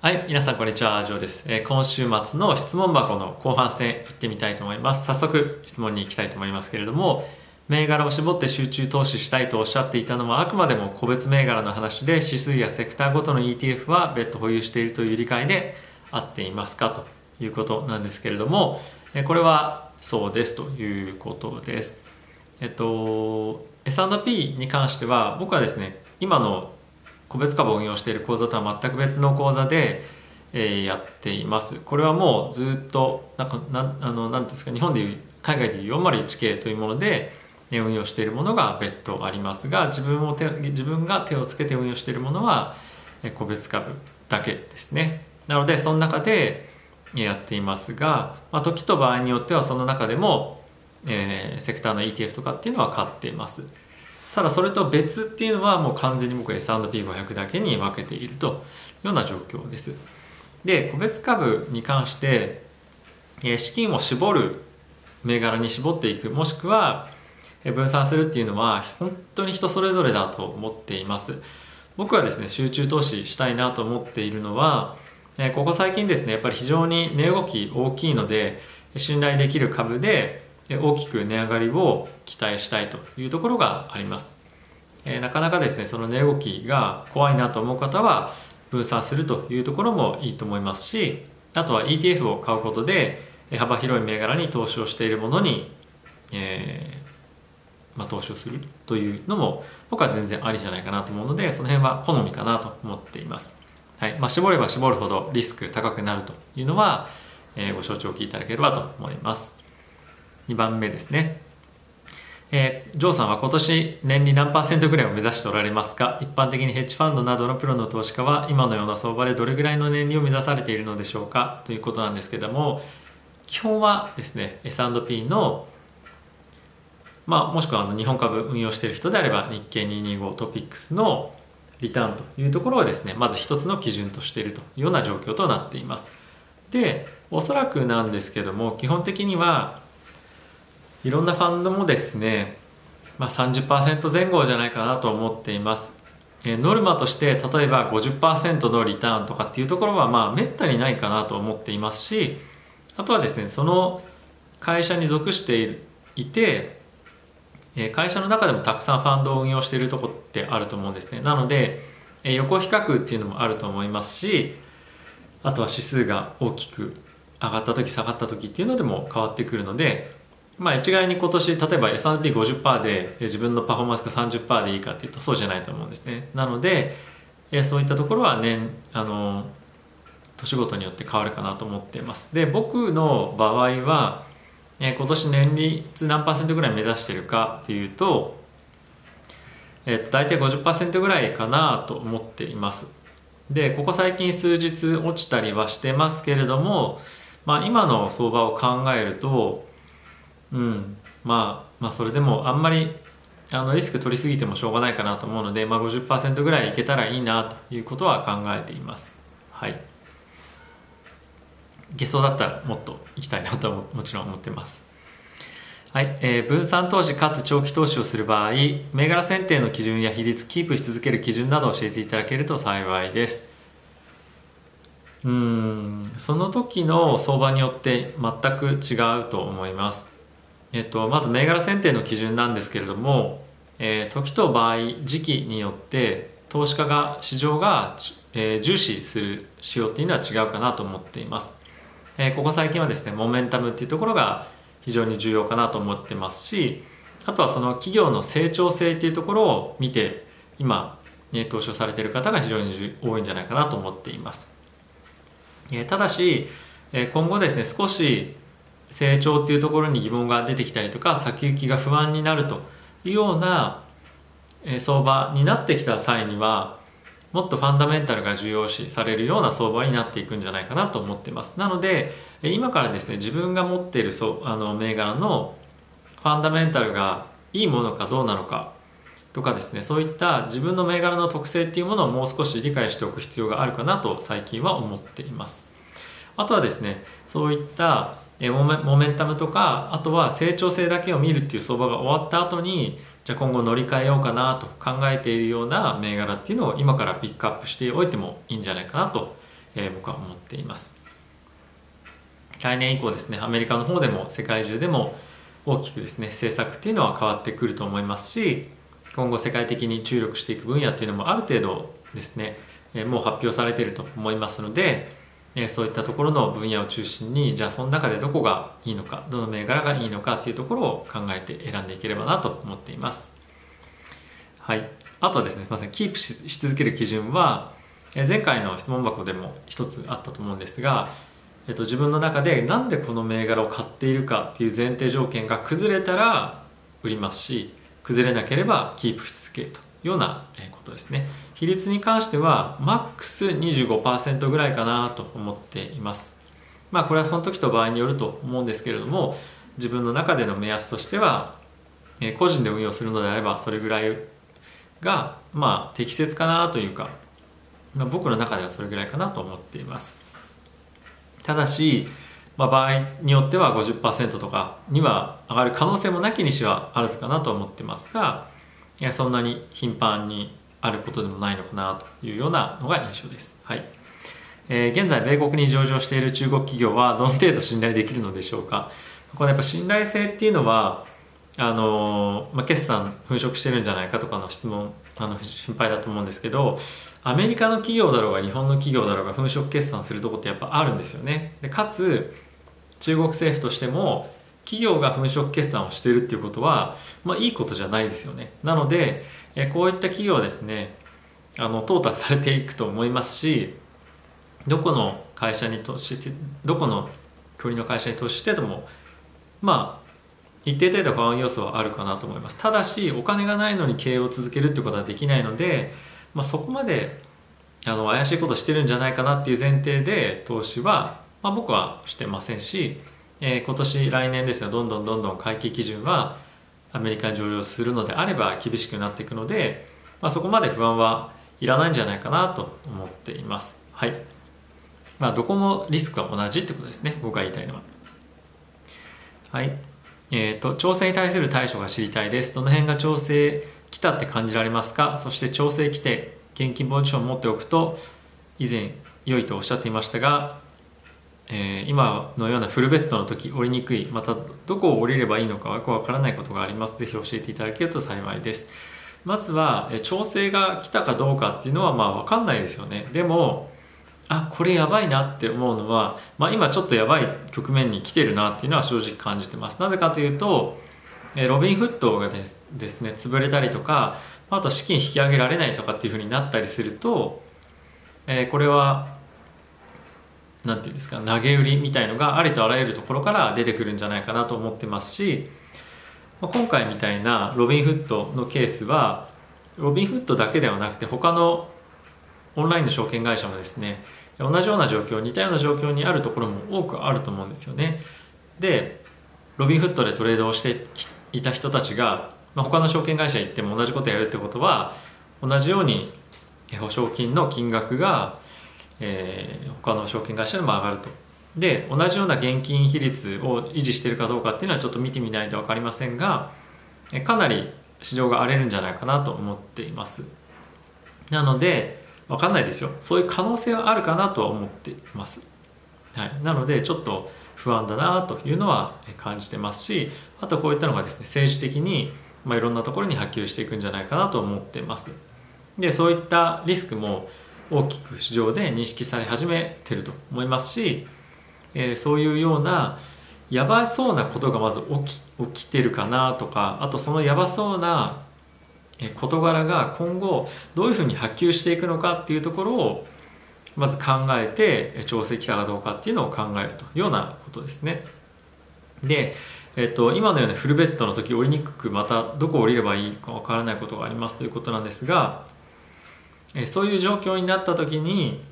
はい、皆さんこんにちは、ジョーです。今週末の質問箱の後半戦行ってみたいと思います。早速質問に行きたいと思いますけれども、銘柄を絞って集中投資したいとおっしゃっていたのはあくまでも個別銘柄の話で、指数やセクターごとの ETF は別途保有しているという理解で合っていますかということなんですけれども、これはそうですということです。S&P に関しては僕はですね、今の個別株を運用している口座とは全く別の口座で、やっています。これはもうずっとなんですか、日本でいう海外でいう 401K というもので運用しているものが別途ありますが、自分が手をつけて運用しているものは個別株だけですね。なのでその中でやっていますが、時と場合によってはその中でも、セクターの ETF とかっていうのは買っています。ただそれと別っていうのはもう完全に僕は S&P500 だけに分けているというような状況です。で、個別株に関して資金を絞る銘柄に絞っていく、もしくは分散するっていうのは本当に人それぞれだと思っています。僕はですね、集中投資したいなと思っているのは、ここ最近ですね、やっぱり非常に値動き大きいので、信頼できる株で大きく値上がりを期待したいというところがあります。なかなかですね、その値動きが怖いなと思う方は分散するというところもいいと思いますし、あとは ETF を買うことで幅広い銘柄に投資をしているものに、投資をするというのも僕は全然ありじゃないかなと思うので、その辺は好みかなと思っています。はい。絞れば絞るほどリスク高くなるというのは、ご承知おきいただければと思います。2番目ですね。ジョーさんは今年年利何%ぐらいを目指しておられますか？一般的にヘッジファンドなどのプロの投資家は今のような相場でどれぐらいの年利を目指されているのでしょうか、ということなんですけども、基本はですね S&P の、もしくは日本株運用している人であれば日経225トピックスのリターンというところをですね、まず一つの基準としているというような状況となっています。で、おそらくなんですけども、基本的にはいろんなファンドもですね、30% 前後じゃないかなと思っています。ノルマとして例えば 50% のリターンとかっていうところはめったにないかなと思っていますし、あとはですね、その会社に属していて会社の中でもたくさんファンドを運用しているところってあると思うんですね。なので横比較っていうのもあると思いますし、あとは指数が大きく上がった時下がった時っていうのでも変わってくるので、一概に今年例えば S&P50% で自分のパフォーマンスが 30% でいいかっていうとそうじゃないと思うんですね。なのでそういったところは年ごとによって変わるかなと思っています。で、僕の場合は今年年率何%ぐらい目指しているかっていうと、大体 50% ぐらいかなと思っています。で、ここ最近数日落ちたりはしてますけれども、今の相場を考えるとそれでもあんまりリスク取りすぎてもしょうがないかなと思うので、50% ぐらいいけたらいいなということは考えています。はい。いけそうだったらもっといきたいなともちろん思ってます。はい。分散投資かつ長期投資をする場合、銘柄選定の基準や比率、キープし続ける基準などを教えていただけると幸いです。その時の相場によって全く違うと思います。まず銘柄選定の基準なんですけれども、時と場合時期によって投資家が市場が、重視する仕様っていうのは違うかなと思っています。ここ最近はですねモメンタムっていうところが非常に重要かなと思ってますし、あとはその企業の成長性っていうところを見て今、投資をされている方が非常に多いんじゃないかなと思っています。ただし今後ですね少し成長っていうところに疑問が出てきたりとか、先行きが不安になるというような相場になってきた際にはもっとファンダメンタルが重要視されるような相場になっていくんじゃないかなと思っています。なので今からですね自分が持っている銘柄のファンダメンタルがいいものかどうなのかとかですね、そういった自分の銘柄の特性っていうものをもう少し理解しておく必要があるかなと最近は思っています。あとはですね、そういったモメンタムとか、あとは成長性だけを見るっていう相場が終わった後に、じゃあ今後乗り換えようかなと考えているような銘柄っていうのを今からピックアップしておいてもいいんじゃないかなと僕は思っています。来年以降ですね、アメリカの方でも世界中でも大きくですね政策っていうのは変わってくると思いますし、今後世界的に注力していく分野っていうのもある程度ですねもう発表されていると思いますので、そういったところの分野を中心に、じゃあその中でどこがいいのか、どの銘柄がいいのかっていうところを考えて選んでいければなと思っています。はい、あとはですね、すみません、キープし続ける基準は前回の質問箱でも一つあったと思うんですが、自分の中でなんでこの銘柄を買っているかっていう前提条件が崩れたら売りますし、崩れなければキープし続けるというようなことですね。比率に関してはマックス 25% ぐらいかなと思っています。これはその時と場合によると思うんですけれども、自分の中での目安としては個人で運用するのであればそれぐらいが適切かなというか、僕の中ではそれぐらいかなと思っています。ただし、場合によっては 50% とかには上がる可能性もなきにしはあらずかなと思ってますが、そんなに頻繁にあることでもないのかなというようなのが印象です。はい。現在米国に上場している中国企業はどの程度信頼できるのでしょうか。これやっぱ信頼性っていうのは決算粉飾してるんじゃないかとかの質問心配だと思うんですけど、アメリカの企業だろうが日本の企業だろうが粉飾決算するとこってやっぱあるんですよね。でかつ中国政府としても企業が粉飾決算をしているっていうことは、いいことじゃないですよね。なのでこういった企業はですね淘汰されていくと思いますし、どこの会社に投資して、どこの国の会社に投資してでも一定程度不安要素はあるかなと思います。ただしお金がないのに経営を続けるってことはできないので、そこまで怪しいことしてるんじゃないかなっていう前提で投資は、僕はしてませんし、今年来年ですねどんどん会計基準はアメリカに上場するのであれば厳しくなっていくので、そこまで不安はいらないんじゃないかなと思っています。はい。どこもリスクは同じってことですね、僕が言いたいのは。はい。調整に対する対処が知りたいです。どの辺が調整来たって感じられますか。そして調整来て現金ポジションを持っておくと以前良いとおっしゃっていましたが、今のようなフルベッドの時降りにくい、またどこを降りればいいのかよくわからないことがあります。ぜひ教えていただけると幸いです。まずは調整が来たかどうかっていうのは分かんないですよね。でもこれやばいなって思うのは、今ちょっとやばい局面に来てるなっていうのは正直感じてます。なぜかというとロビンフットがですね潰れたりとか、あと資金引き上げられないとかっていうふうになったりすると、これはなんていうんですか、投げ売りみたいのがありとあらゆるところから出てくるんじゃないかなと思ってますし、今回みたいなロビンフットのケースはロビンフットだけではなくて他のオンラインの証券会社もですね同じような状況、似たような状況にあるところも多くあると思うんですよね。でロビンフットでトレードをしていた人たちが、他の証券会社行っても同じことをやるってことは、同じように保証金の金額が、他の証券会社でも上がると。で同じような現金比率を維持しているかどうかっていうのはちょっと見てみないと分かりませんが、かなり市場が荒れるんじゃないかなと思っています。なので分かんないですよ、そういう可能性はあるかなとは思っています。はい、なのでちょっと不安だなというのは感じてますし、あとこういったのがですね政治的にいろんなところに波及していくんじゃないかなと思っています。でそういったリスクも大きく市場で認識され始めてると思いますし、そういうようなやばそうなことがまず起きてるかなとか、あとそのやばそうな事柄が今後どういうふうに波及していくのかっていうところをまず考えて調整来たかどうかっていうのを考えるというようなことですね。で、今のようなフルベッドの時降りにくく、またどこを降りればいいかわからないことがありますということなんですが、そういう状況になった時に、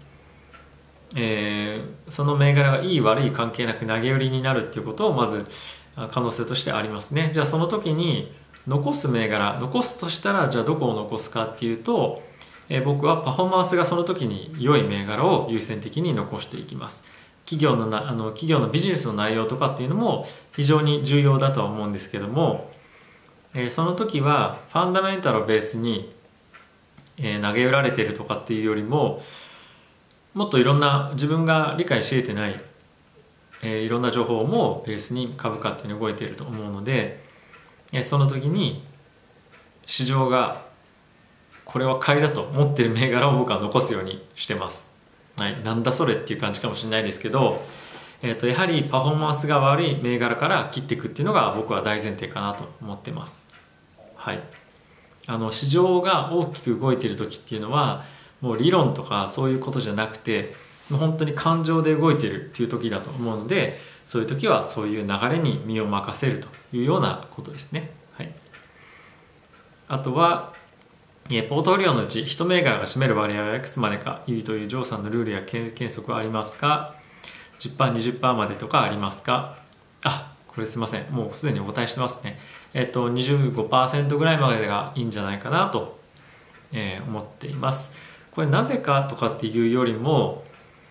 その銘柄がいい悪い関係なく投げ売りになるっていうことをまず可能性としてありますね。じゃあその時に残す銘柄、残すとしたらじゃあどこを残すかっていうと、僕はパフォーマンスがその時に良い銘柄を優先的に残していきます。企業のビジネスの内容とかっていうのも非常に重要だとは思うんですけども、その時はファンダメンタルをベースに投げ売られているとかっていうよりも、 もっといろんな自分が理解し得てない、いろんな情報もベースに株価っていうのが動いていると思うので、その時に市場がこれは買いだと思ってる銘柄を僕は残すようにしてます。はい、なんだそれっていう感じかもしれないですけど、やはりパフォーマンスが悪い銘柄から切っていくっていうのが僕は大前提かなと思ってます。はい、市場が大きく動いている時っていうのはもう理論とかそういうことじゃなくて、もう本当に感情で動いているっていう時だと思うので、そういう時はそういう流れに身を任せるというようなことですね。はい、あとはポートフォリオのうち1銘柄が占める割合はいくつまでかいいというジョーさんのルールや原則はありますか？ 10%、20% までとかありますか？これすいません、もうすでにお答えしてますね。25% ぐらいまでがいいんじゃないかなと、思っています。これなぜかとかっていうよりも、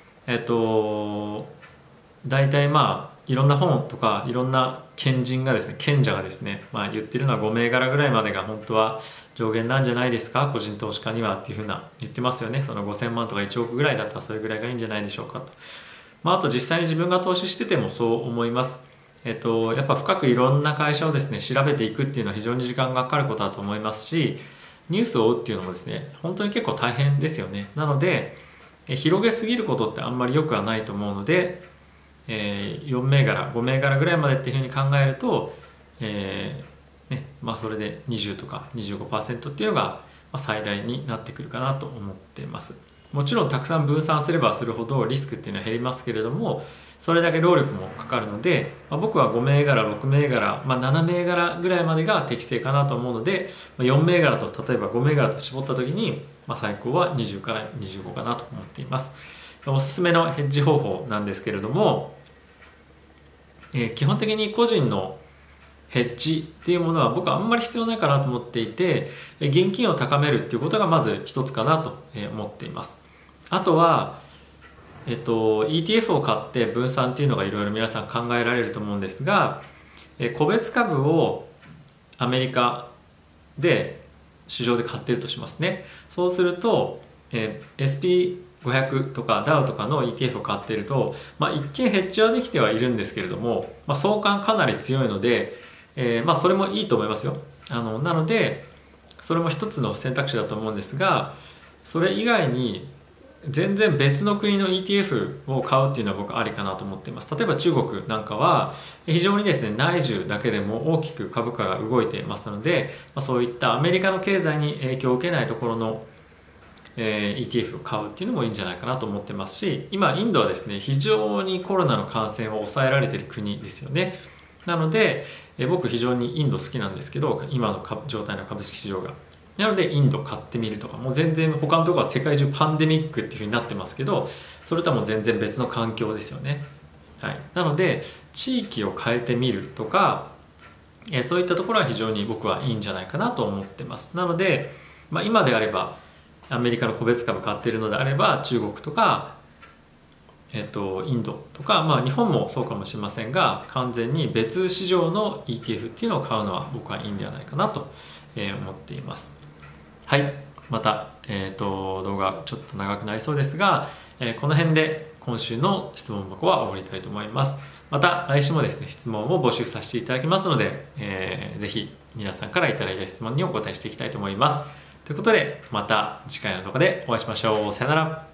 大体いろんな本とかいろんな賢者がですね、言ってるのは5銘柄ぐらいまでが本当は上限なんじゃないですか、個人投資家にはっていうふうな言ってますよね。その5000万とか1億ぐらいだったらそれぐらいがいいんじゃないでしょうかと。あと実際に自分が投資しててもそう思います。やっぱ深くいろんな会社をですね調べていくっていうのは非常に時間がかかることだと思いますし、ニュースを追うっていうのもですね本当に結構大変ですよね。なので広げすぎることってあんまり良くはないと思うので、4銘柄5銘柄ぐらいまでっていうふうに考えると、それで20とか 25% っていうのが最大になってくるかなと思っています。もちろんたくさん分散すればするほどリスクっていうのは減りますけれども、それだけ労力もかかるので、僕は5銘柄6銘柄、7銘柄ぐらいまでが適正かなと思うので、4銘柄と例えば5銘柄と絞った時に、最高は20から25かなと思っています。おすすめのヘッジ方法なんですけれども、基本的に個人のヘッジっていうものは僕はあんまり必要ないかなと思っていて、現金を高めるっていうことがまず一つかなと思っています。あとは、ETF を買って分散っていうのがいろいろ皆さん考えられると思うんですが、個別株をアメリカで市場で買ってるとしますね。そうすると、SP500 とか DAO とかの ETF を買っていると、一見ヘッジはできてはいるんですけれども、相関かなり強いので、それもいいと思いますよ。なのでそれも一つの選択肢だと思うんですが、それ以外に全然別の国の ETF を買うっていうのは僕ありかなと思っています。例えば中国なんかは非常にですね内需だけでも大きく株価が動いていますので、そういったアメリカの経済に影響を受けないところのETF を買うっていうのもいいんじゃないかなと思ってますし、今インドはですね非常にコロナの感染を抑えられている国ですよね。なので僕非常にインド好きなんですけど、今の状態の株式市場がなのでインド買ってみるとか、もう全然他のところは世界中パンデミックっていう風になってますけど、それとはもう全然別の環境ですよね。はい、なので地域を変えてみるとか、そういったところは非常に僕はいいんじゃないかなと思ってます。なので、今であればアメリカの個別株買っているのであれば中国とか、インドとか、日本もそうかもしれませんが、完全に別市場の ETF っていうのを買うのは僕はいいんではないかなと思っています。はい、また、動画ちょっと長くなりそうですが、この辺で今週の質問箱は終わりたいと思います。また来週もですね質問を募集させていただきますので、ぜひ皆さんからいただいた質問にお答えしていきたいと思います。ということでまた次回の動画でお会いしましょう。さよなら。